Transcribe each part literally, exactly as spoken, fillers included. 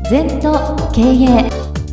禅と経営。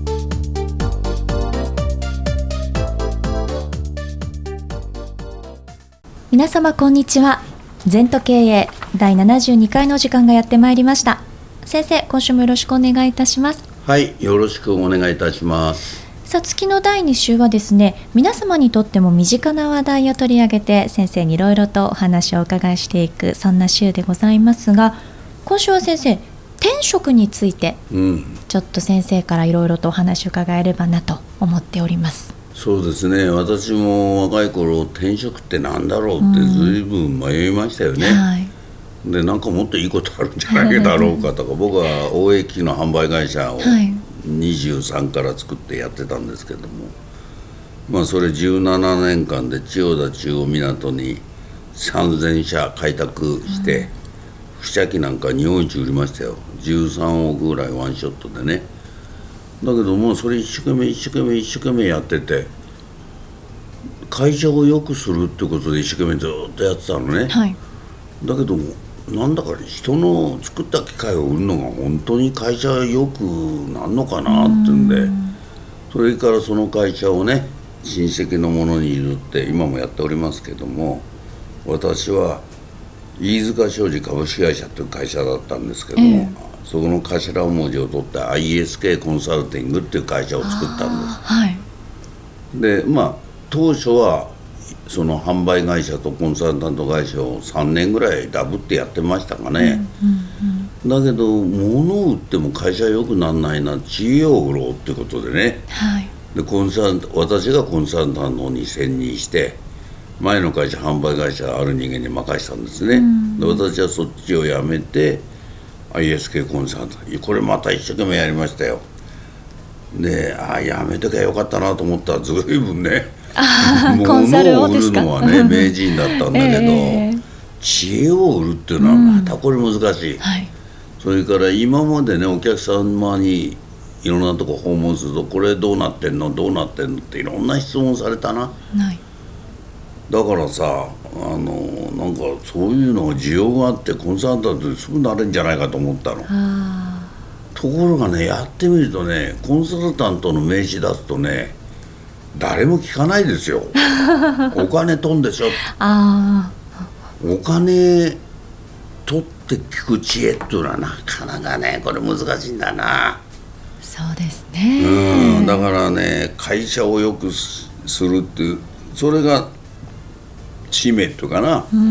皆様こんにちは。禅と経営だいななじゅうにかいの時間がやってまいりました。先生、今週もよろしくお願いいたします。 はい、よろしくお願いいたします。 さあ、月のだいに週はですね、皆様にとっても身近な話題を取り上げて先生にいろいろとお話をお伺いしていく、そんな週でございますが、今週は先生、転職について、うん、ちょっと先生からいろいろとお話を伺えればなと思っております。 そうですね、私も若い頃転職ってなんだろうってずいぶん迷いましたよね、うんはい、でなんかもっといいことあるんじゃないだろうかとか僕は大江機の販売会社をにじゅうさんから作ってやってたんですけども、まあそれじゅうななねんかんで千代田中央港にさんぜんしゃ開拓して、うん付着機なんか日本一売りましたよ。じゅうさんおくぐらいワンショットでね。だけどもうそれ一生懸命一生懸命一生懸命やってて、会社を良くするってことで一生懸命ずっとやってたのね、はい、だけどなんだか人の作った機械を売るのが本当に会社良くなんのかなっていうんで、それからその会社をね親戚の者に譲って今もやっておりますけども、私は飯塚商事株式会社という会社だったんですけども、えー、そこの頭文字を取って アイエスケー コンサルティングっていう会社を作ったんです、はい、でまあ当初はその販売会社とコンサルタント会社をさんねんぐらいダブってやってましたかね、うんうんうん、だけど物を売っても会社良くならないな、知恵を売ろうってことでね、はい、でコンサル私がコンサルタントに専任して前の会社販売会社ある人間に任せたんですね、うん、で私はそっちを辞めて アイエスケー コンサルタント、これまた一生懸命やりましたよ。でああやめときゃよかったなと思ったらずいぶんね物を売るのはね名人だったんだけど、えー、知恵を売るっていうのはまたこれ難しい、うんはい、それから今までねお客様にいろんなとこ訪問するとこれどうなってんのどうなってんのっていろんな質問されたな、ないだからさあのなんかそういうのが需要があってコンサルタントですぐなれるんじゃないかと思ったの。ところがねやってみるとねコンサルタントの名刺出すとね誰も聞かないですよお金取んでしょあお金取って聞く知恵っていうのはなかなかねこれ難しいんだな。 そうですねうんだからね会社を良くするっていうそれが使命っていうかな、うんうん、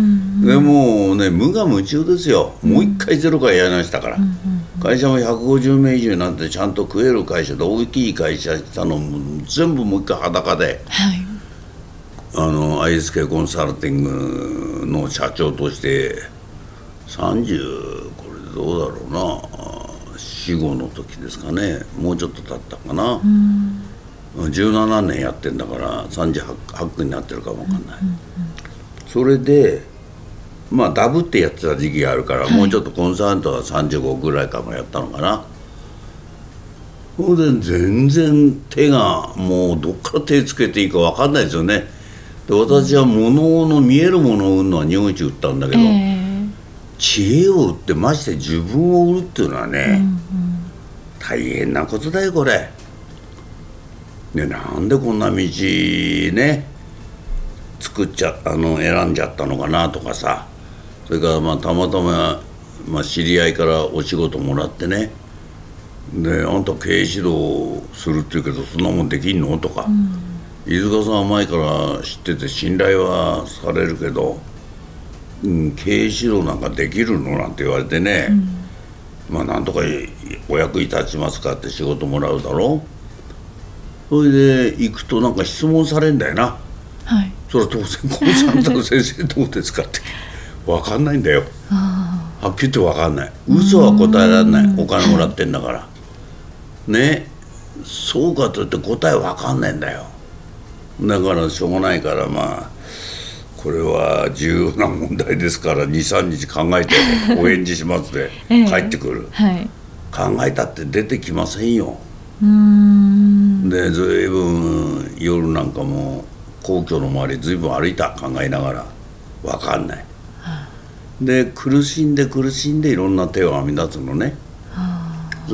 でもね無我夢中ですよ、うん、もう一回ゼロからやりましたから、うんうんうん、会社もひゃくごじゅうめい以上になってちゃんと食える会社で大きい会社したのも全部もう一回裸で、はい、あの アイエスケー コンサルティングの社長としてさんじゅうこれどうだろうなよん、ごの時ですかね、もうちょっと経ったかな、うん、じゅうななねんやってんだからさんじゅうはちになってるかもわかんない、うんうんうん、それでまあダブってやってた時期があるから、はい、もうちょっとコンサルタントはさんじゅうごぐらいかもやったのかな。それで全然手がもうどっから手つけていいか分かんないですよね。で私は物の見えるものを売るのは日本一売ったんだけど、えー、知恵を売ってまして自分を売るっていうのはね、うんうん、大変なことだよこれ。でなんでこんな道ね作っちゃあの選んじゃったのかなとかさ、それからまあたまたま、まあ、知り合いからお仕事もらってね、であんた経営指導するって言うけどそんなもんできんのとか、うん、飯塚さんは前から知ってて信頼はされるけど、うん、経営指導なんかできるのなんて言われてね、うん、まあなんとかお役に立ちますかって仕事もらうだろう。それで行くとなんか質問されるんだよな、はい、それは当然コンサルタント先生どうですかって分かんないんだよ。はっきり言って分かんない。嘘は答えられない。お金もらってんだからね。そうかといって答え分かんないんだよ。だからしょうがないからまあこれは重要な問題ですからにさんにち考えてお返事しますで帰ってくる、えーはい、考えたって出てきませんよ。うーんでずいぶん夜なんかも皇居の周りずいぶん歩いた考えながら分かんない、はあ、で苦しんで苦しんでいろんな手を編み出すのね、はあ、その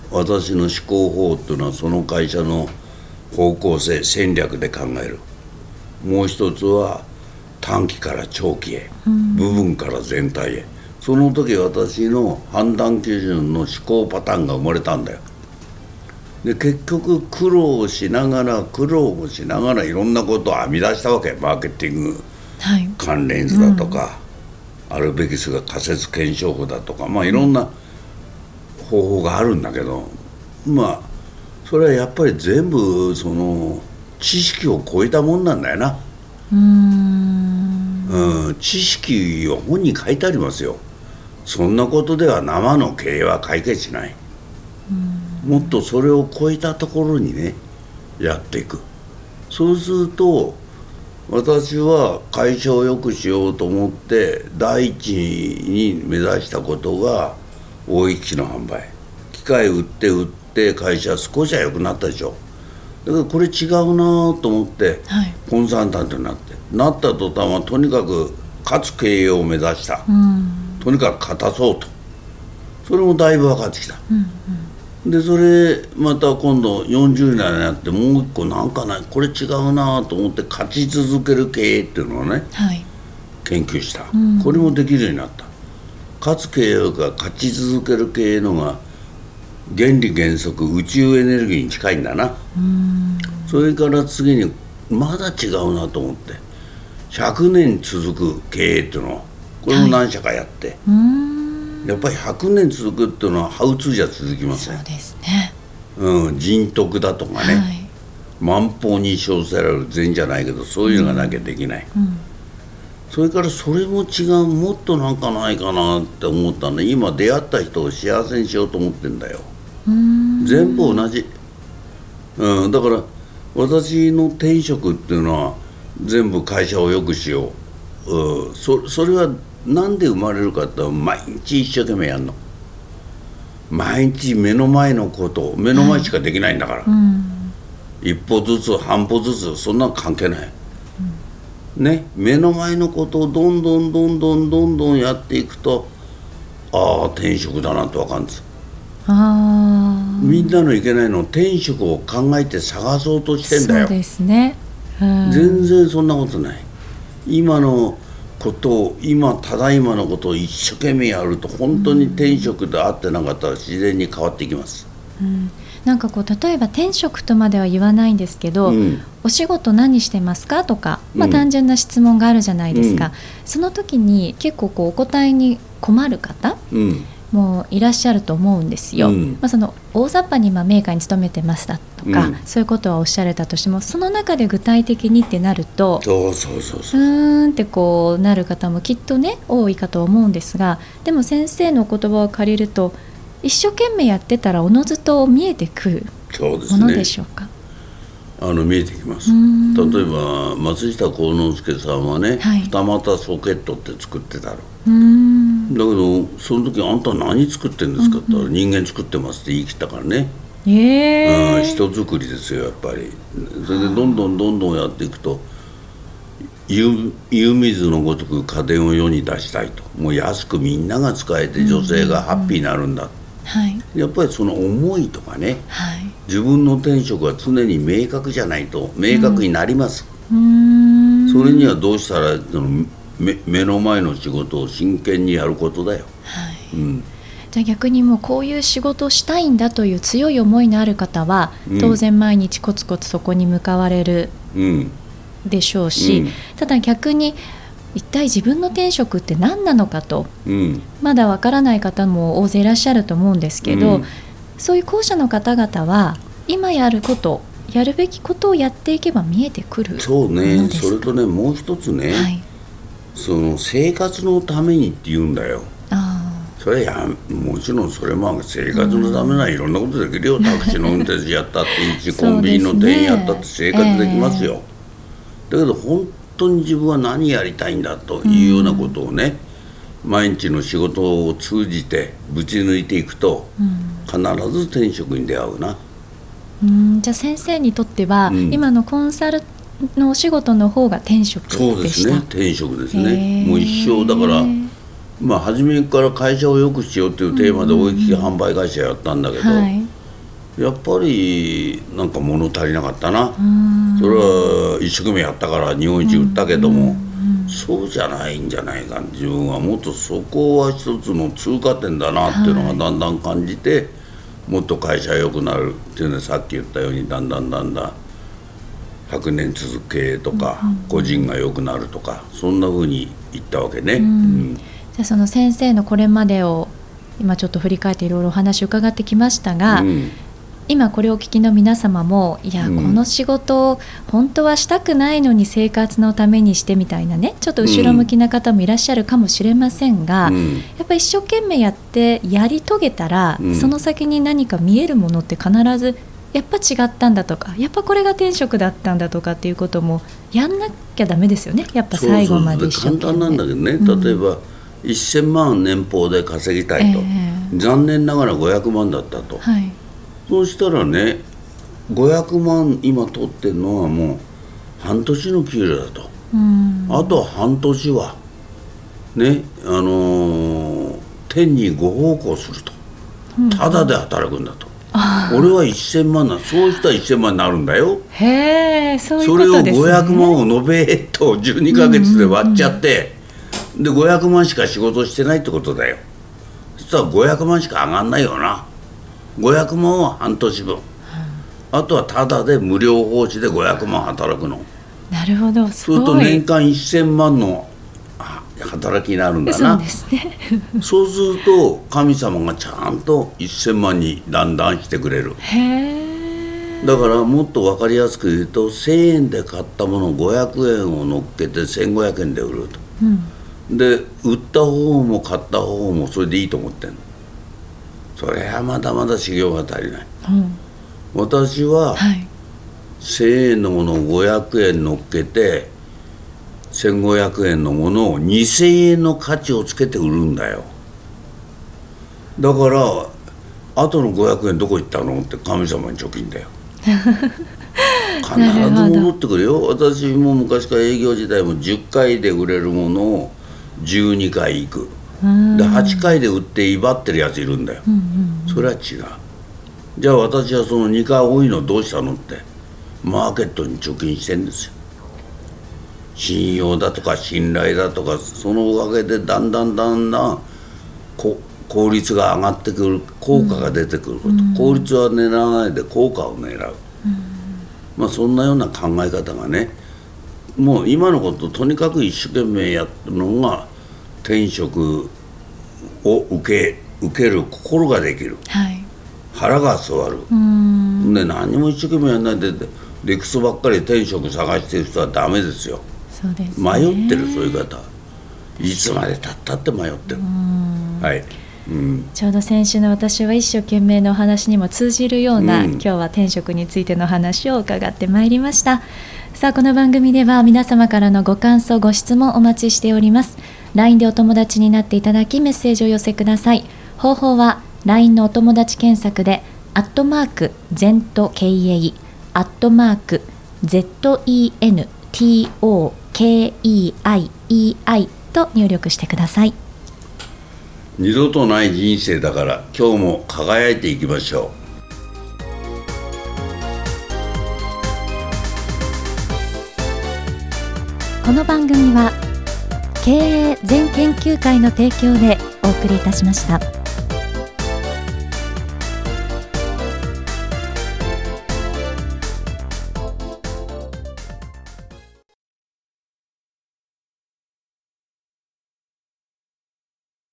私の思考法っていうのはその会社の方向性戦略で考える。もう一つは短期から長期へ、うん、部分から全体へ。その時私の判断基準の思考パターンが生まれたんだよ。で結局苦労しながら苦労をしながらいろんなことを編み出したわけ。マーケティング関連図だとか、はいうん、あるべきすが仮説検証法だとか、まあいろんな方法があるんだけど、まあそれはやっぱり全部その知識を超えたもんなんだよな。うーん、うん、知識は本に書いてありますよ。そんなことでは生の経営は解決しない。もっとそれを超えたところにねやっていく。そうすると私は会社を良くしようと思って第一に目指したことが大機器の販売。機械売って売って会社少しは良くなったでしょ。だからこれ違うなと思って、はい、コンサルタントになってなった途端はとにかく勝つ経営を目指した、うん、とにかく勝たそうと。それもだいぶ分かってきた、うんうん、でそれまた今度よんじゅう代になってもう一個なんかないこれ違うなと思って勝ち続ける経営っていうのをね、はい、研究した、うん、これもできるようになった。勝つ経営が勝ち続ける経営のが原理原則宇宙エネルギーに近いんだな。うん、それから次にまだ違うなと思ってひゃくねん続く経営っていうのはこれも何社かやって、はい、うんやっぱりひゃくねん続くっていうのはハウツーじゃ続きません。 そうですね、 うん、人徳だとかね、はい、万法に称せられる禅じゃないけどそういうのがなきゃできない、うんうん、それからそれも違うもっとなんかないかなって思ったんで今出会った人を幸せにしようと思ってんだよ。全部同じ、うん、だから私の転職っていうのは全部会社を良くしよう、うん、そ, それはなんで生まれるかって毎日一生懸命やるの。毎日目の前のこと目の前しかできないんだから、はいうん、一歩ずつ半歩ずつそんなの関係ない、うん、ね目の前のことをどんどんどんどんどんどんやっていくとああ転職だなって分かるんです。あみんなのいけないの転職を考えて探そうとしてんだよ。 そうですね、 うん、全然そんなことない。今のことを今ただいまのことを一生懸命やると本当に転職であってなかったら自然に変わっていきます、 うん、なんかこう例えば転職とまでは言わないんですけど、うん、お仕事何してますかとか、まあ、単純な質問があるじゃないですか、うん、その時に結構こうお答えに困る方、うんもういらっしゃると思うんですよ、うんまあ、その大雑把にまあメーカーに勤めてましたとか、うん、そういうことはおっしゃれたとしてもその中で具体的にってなるとそうそうそうそううーんってこうなる方もきっとね多いかと思うんですがでも先生の言葉を借りると一生懸命やってたらおのずと見えてくるものでしょうか。 あの見えてきます。例えば松下幸之助さんはね、はい、二股ソケットって作ってたの。うーんだけどその時あんた何作ってんですかって言ったら、うんうん、人間作ってますって言い切ったからね、えーうん、人作りですよやっぱり。それでどんどんどんどんやっていくと湯, 湯水のごとく家電を世に出したいともう安くみんなが使えて女性がハッピーになるんだ、うんうんはい、やっぱりその思いとかね、はい、自分の転職は常に明確じゃないと明確になります、うん、それにはどうしたらその 目, 目の前の仕事を真剣にやることだよ、はいうん、 じゃあ逆にもうこういう仕事をしたいんだという強い思いのある方は、うん、当然毎日コツコツそこに向かわれるでしょうし、うん、ただ逆に一体自分の転職って何なのかと、うん、まだわからない方も大勢いらっしゃると思うんですけど、うん、そういう後者の方々は今やることやるべきことをやっていけば見えてくる。 そうねそれとねもう一つね、はい、その生活のためにって言うんだよ。あそれやもちろんそれも生活のためならいろんなことできるよ、うん、タクシーの運転手やったって一コンビニの店員やったって生活できますよ、えー、だけど本当に自分は何やりたいんだというようなことをね、うん、毎日の仕事を通じてぶち抜いていくと、うん、必ず転職に出会うな。 うんじゃあ先生にとっては、うん、今のコンサルのお仕事の方が転職でした。 そうですね転職ですね。もう一生だからまあ初めから会社を良くしようというテーマで大機器販売会社やったんだけど、はい、 やっぱりなんか物足りなかったな。それは一生懸命やったから日本一売ったけども、そうじゃないんじゃないか。自分はもっとそこは一つの通過点だなっていうのがだんだん感じて、もっと会社良くなるっていうのはさっき言ったようにだんだんだんだんひゃくねん続けとか、個人が良くなるとか、そんな風に言ったわけね。うんうん、 じゃあその先生のこれまでを今ちょっと振り返っていろいろお話を伺ってきましたが、うん、今これをお聞きの皆様もいや、うん、この仕事を本当はしたくないのに生活のためにしてみたいなね、ちょっと後ろ向きな方もいらっしゃるかもしれませんが、うん、やっぱり一生懸命やってやり遂げたら、うん、その先に何か見えるものって必ずやっぱ違ったんだとか、やっぱこれが天職だったんだとかっていうこともやんなきゃダメですよね。やっぱ最後まで一生懸命。 簡単なんだけどね、うん、例えばせんまん年俸で稼ぎたいと、えー、残念ながらごひゃくまんだったと、はい、そうしたらねごひゃくまん今取ってるのはもう半年の給料だと、うん、あと半年はね、あのー、天にご奉公すると、ただで働くんだと、うん、俺はせんまんな、そうしたらせんまんになるんだよ。 へー、そういうことですね。 それをごひゃくまんを延べっとじゅうにかげつで割っちゃって、うんうんうん、でごひゃくまんしか仕事してないってことだよ。そしたらごひゃくまんしか上がんないよな。ごひゃくまんは半年分、うん、あとはただで無料奉仕でごひゃくまん働くの。 なるほど、すごい。 そうすると年間せんまんの働きになるんだな。 そうですねそうすると神様がちゃんとせんまんにだんだんしてくれる。 へー。 だからもっと分かりやすく言うとせんえんで買ったものごひゃくえんを乗っけてせんごひゃくえんで売ると、うん、で売った方も買った方もそれでいいと思ってんの。それはまだまだ修行が足りない、うん、私は、はい、せんえんのものをごひゃくえん乗っけてせんごひゃくえんのものをにせんえんの価値をつけて売るんだよ。だからあとのごひゃくえんどこ行ったのって神様に貯金だよ必ず戻ってくるよ。私も昔から営業時代もじゅっかいで売れるものをじゅうにかい行くではちかいで売って威張ってるやついるんだよ、うんうんうん、それは違う。じゃあ私はそのにかい多いのどうしたのってマーケットに貯金してんですよ。信用だとか信頼だとか、そのおかげでだんだんだんだんこ効率が上がってくる、効果が出てくること、うん、効率は狙わないで効果を狙う、うん、まあそんなような考え方がね、もう今のこととにかく一生懸命やるのが天職を受け受ける心ができる、はい、腹が据わる。うんで何も一生懸命やらないで理屈ばっかり天職探してる人はダメですよ。 そうですね、 迷ってるそういう方いつまでたったって迷ってる。はい、うん、 ちょうど先週の私は一生懸命のお話にも通じるような、うん、今日は天職についての話を伺ってまいりました。さあこの番組では皆様からのご感想ご質問お待ちしております。 ライン でお友達になっていただきメッセージを寄せください。方法は ライン のお友達検索でアットマーク ゼント ケーエー アットマーク ゼット イー エヌ ティー オー ケー イー アイ イー アイ と入力してください。 二度とない人生だから今日も輝いていきましょう。この番組は経営全研究会の提供でお送りいたしました。